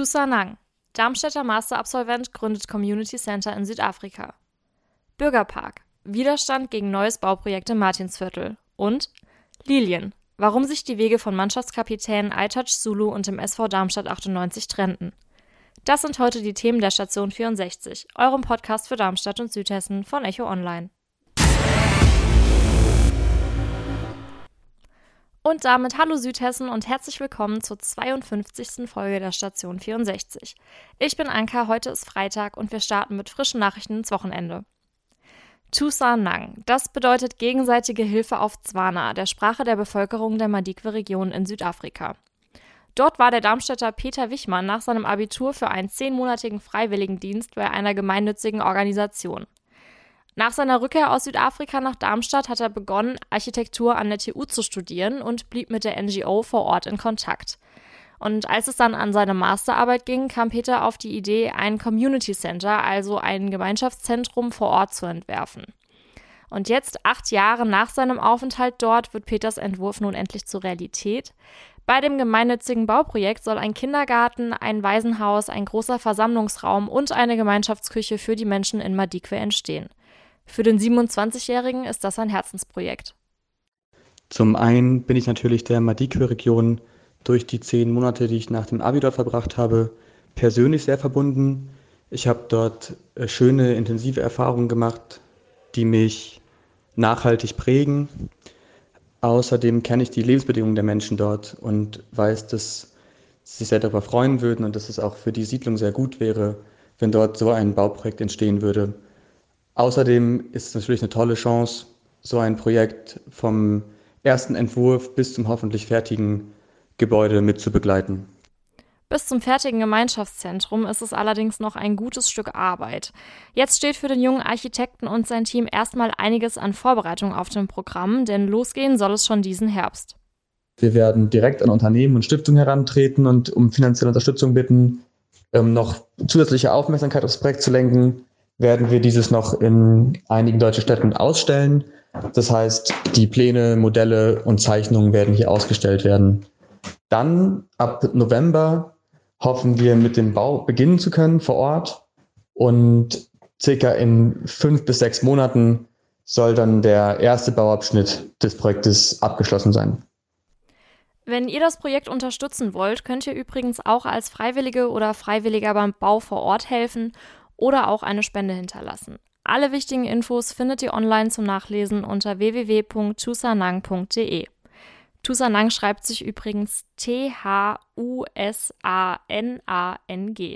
Tusa Nang, Darmstädter Masterabsolvent, gründet Community Center in Südafrika. Bürgerpark, Widerstand gegen neues Bauprojekt im Martinsviertel. Und Lilien, warum sich die Wege von Mannschaftskapitän Aytaç Zulu und dem SV Darmstadt 98 trennten. Das sind heute die Themen der Station 64, eurem Podcast für Darmstadt und Südhessen von Echo Online. Und damit hallo Südhessen und herzlich willkommen zur 52. Folge der Station 64. Ich bin Anka, heute ist Freitag und wir starten mit frischen Nachrichten ins Wochenende. Tusa Nang, das bedeutet gegenseitige Hilfe auf Tswana, der Sprache der Bevölkerung der Madikwe-Region in Südafrika. Dort war der Darmstädter Peter Wichmann nach seinem Abitur für einen 10-monatigen Freiwilligendienst bei einer gemeinnützigen Organisation. Nach seiner Rückkehr aus Südafrika nach Darmstadt hat er begonnen, Architektur an der TU zu studieren und blieb mit der NGO vor Ort in Kontakt. Und als es dann an seine Masterarbeit ging, kam Peter auf die Idee, ein Community Center, also ein Gemeinschaftszentrum vor Ort zu entwerfen. Und jetzt, 8 Jahre nach seinem Aufenthalt dort, wird Peters Entwurf nun endlich zur Realität. Bei dem gemeinnützigen Bauprojekt soll ein Kindergarten, ein Waisenhaus, ein großer Versammlungsraum und eine Gemeinschaftsküche für die Menschen in Madikwe entstehen. Für den 27-Jährigen ist das ein Herzensprojekt. Zum einen bin ich natürlich der Madikwe-Region durch die 10 Monate, die ich nach dem Abi dort verbracht habe, persönlich sehr verbunden. Ich habe dort schöne, intensive Erfahrungen gemacht, die mich nachhaltig prägen. Außerdem kenne ich die Lebensbedingungen der Menschen dort und weiß, dass sie sich sehr darüber freuen würden und dass es auch für die Siedlung sehr gut wäre, wenn dort so ein Bauprojekt entstehen würde. Außerdem ist es natürlich eine tolle Chance, so ein Projekt vom ersten Entwurf bis zum hoffentlich fertigen Gebäude mitzubegleiten. Bis zum fertigen Gemeinschaftszentrum ist es allerdings noch ein gutes Stück Arbeit. Jetzt steht für den jungen Architekten und sein Team erstmal einiges an Vorbereitung auf dem Programm, denn losgehen soll es schon diesen Herbst. Wir werden direkt an Unternehmen und Stiftungen herantreten und um finanzielle Unterstützung bitten. Noch zusätzliche Aufmerksamkeit aufs Projekt zu lenken, werden wir dieses noch in einigen deutschen Städten ausstellen. Das heißt, die Pläne, Modelle und Zeichnungen werden hier ausgestellt werden. Dann ab November hoffen wir mit dem Bau beginnen zu können vor Ort und circa in 5 bis 6 Monaten soll dann der erste Bauabschnitt des Projektes abgeschlossen sein. Wenn ihr das Projekt unterstützen wollt, könnt ihr übrigens auch als Freiwillige oder Freiwilliger beim Bau vor Ort helfen oder auch eine Spende hinterlassen. Alle wichtigen Infos findet ihr online zum Nachlesen unter www.tusanang.de. Tusa Nang schreibt sich übrigens T-H-U-S-A-N-A-N-G.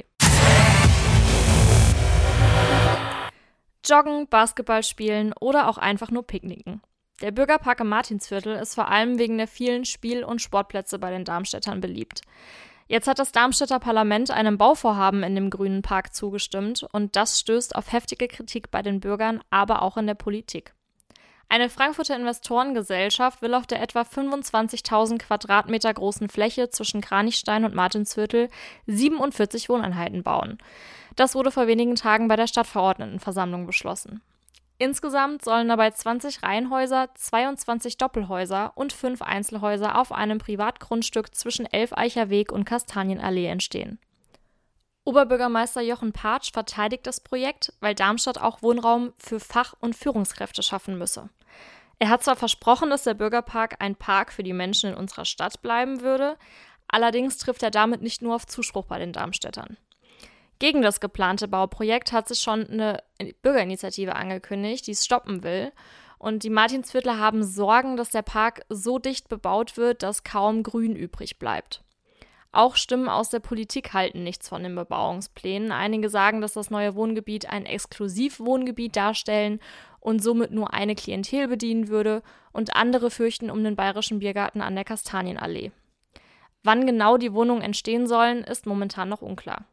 Joggen, Basketball spielen oder auch einfach nur picknicken. Der Bürgerpark im Martinsviertel ist vor allem wegen der vielen Spiel- und Sportplätze bei den Darmstädtern beliebt. Jetzt hat das Darmstädter Parlament einem Bauvorhaben in dem Grünen Park zugestimmt und das stößt auf heftige Kritik bei den Bürgern, aber auch in der Politik. Eine Frankfurter Investorengesellschaft will auf der etwa 25.000 Quadratmeter großen Fläche zwischen Kranichstein und Martinsviertel 47 Wohneinheiten bauen. Das wurde vor wenigen Tagen bei der Stadtverordnetenversammlung beschlossen. Insgesamt sollen dabei 20 Reihenhäuser, 22 Doppelhäuser und 5 Einzelhäuser auf einem Privatgrundstück zwischen Elfeicher Weg und Kastanienallee entstehen. Oberbürgermeister Jochen Patsch verteidigt das Projekt, weil Darmstadt auch Wohnraum für Fach- und Führungskräfte schaffen müsse. Er hat zwar versprochen, dass der Bürgerpark ein Park für die Menschen in unserer Stadt bleiben würde, allerdings trifft er damit nicht nur auf Zuspruch bei den Darmstädtern. Gegen das geplante Bauprojekt hat sich schon eine Bürgerinitiative angekündigt, die es stoppen will. Und die Martinsviertler haben Sorgen, dass der Park so dicht bebaut wird, dass kaum Grün übrig bleibt. Auch Stimmen aus der Politik halten nichts von den Bebauungsplänen. Einige sagen, dass das neue Wohngebiet ein Exklusivwohngebiet darstellen und somit nur eine Klientel bedienen würde. Und andere fürchten um den Bayerischen Biergarten an der Kastanienallee. Wann genau die Wohnungen entstehen sollen, ist momentan noch unklar.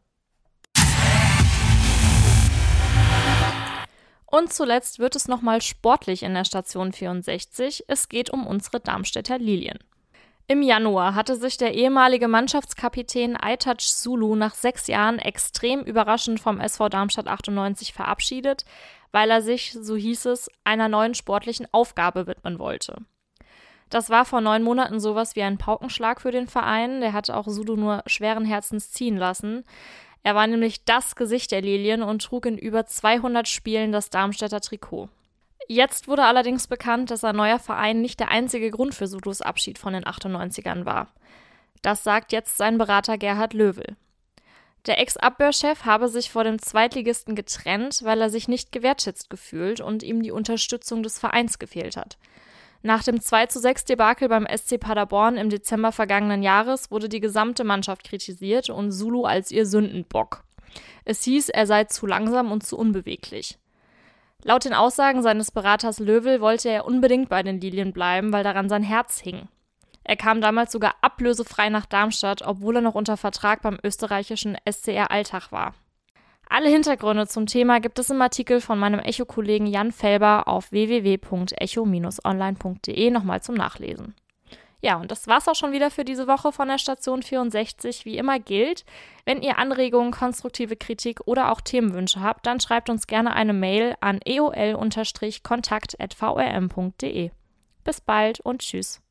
Und zuletzt wird es nochmal sportlich in der Station 64. Es geht um unsere Darmstädter Lilien. Im Januar hatte sich der ehemalige Mannschaftskapitän Aytaç Zulu nach 6 Jahren extrem überraschend vom SV Darmstadt 98 verabschiedet, weil er sich, so hieß es, einer neuen sportlichen Aufgabe widmen wollte. Das war vor 9 Monaten sowas wie ein Paukenschlag für den Verein. Der hat auch Zulu nur schweren Herzens ziehen lassen. Er war nämlich das Gesicht der Lilien und trug in über 200 Spielen das Darmstädter Trikot. Jetzt wurde allerdings bekannt, dass sein neuer Verein nicht der einzige Grund für Zulus Abschied von den 98ern war. Das sagt jetzt sein Berater Gerhard Löwel. Der Ex-Abwehrchef habe sich vor dem Zweitligisten getrennt, weil er sich nicht gewertschätzt gefühlt und ihm die Unterstützung des Vereins gefehlt hat. Nach dem 2:6-Debakel beim SC Paderborn im Dezember vergangenen Jahres wurde die gesamte Mannschaft kritisiert und Zulu als ihr Sündenbock. Es hieß, er sei zu langsam und zu unbeweglich. Laut den Aussagen seines Beraters Löwel wollte er unbedingt bei den Lilien bleiben, weil daran sein Herz hing. Er kam damals sogar ablösefrei nach Darmstadt, obwohl er noch unter Vertrag beim österreichischen SCR Altach war. Alle Hintergründe zum Thema gibt es im Artikel von meinem Echo-Kollegen Jan Felber auf www.echo-online.de nochmal zum Nachlesen. Ja, und das war's auch schon wieder für diese Woche von der Station 64. Wie immer gilt, wenn ihr Anregungen, konstruktive Kritik oder auch Themenwünsche habt, dann schreibt uns gerne eine Mail an eol-kontakt@vrm.de. Bis bald und tschüss.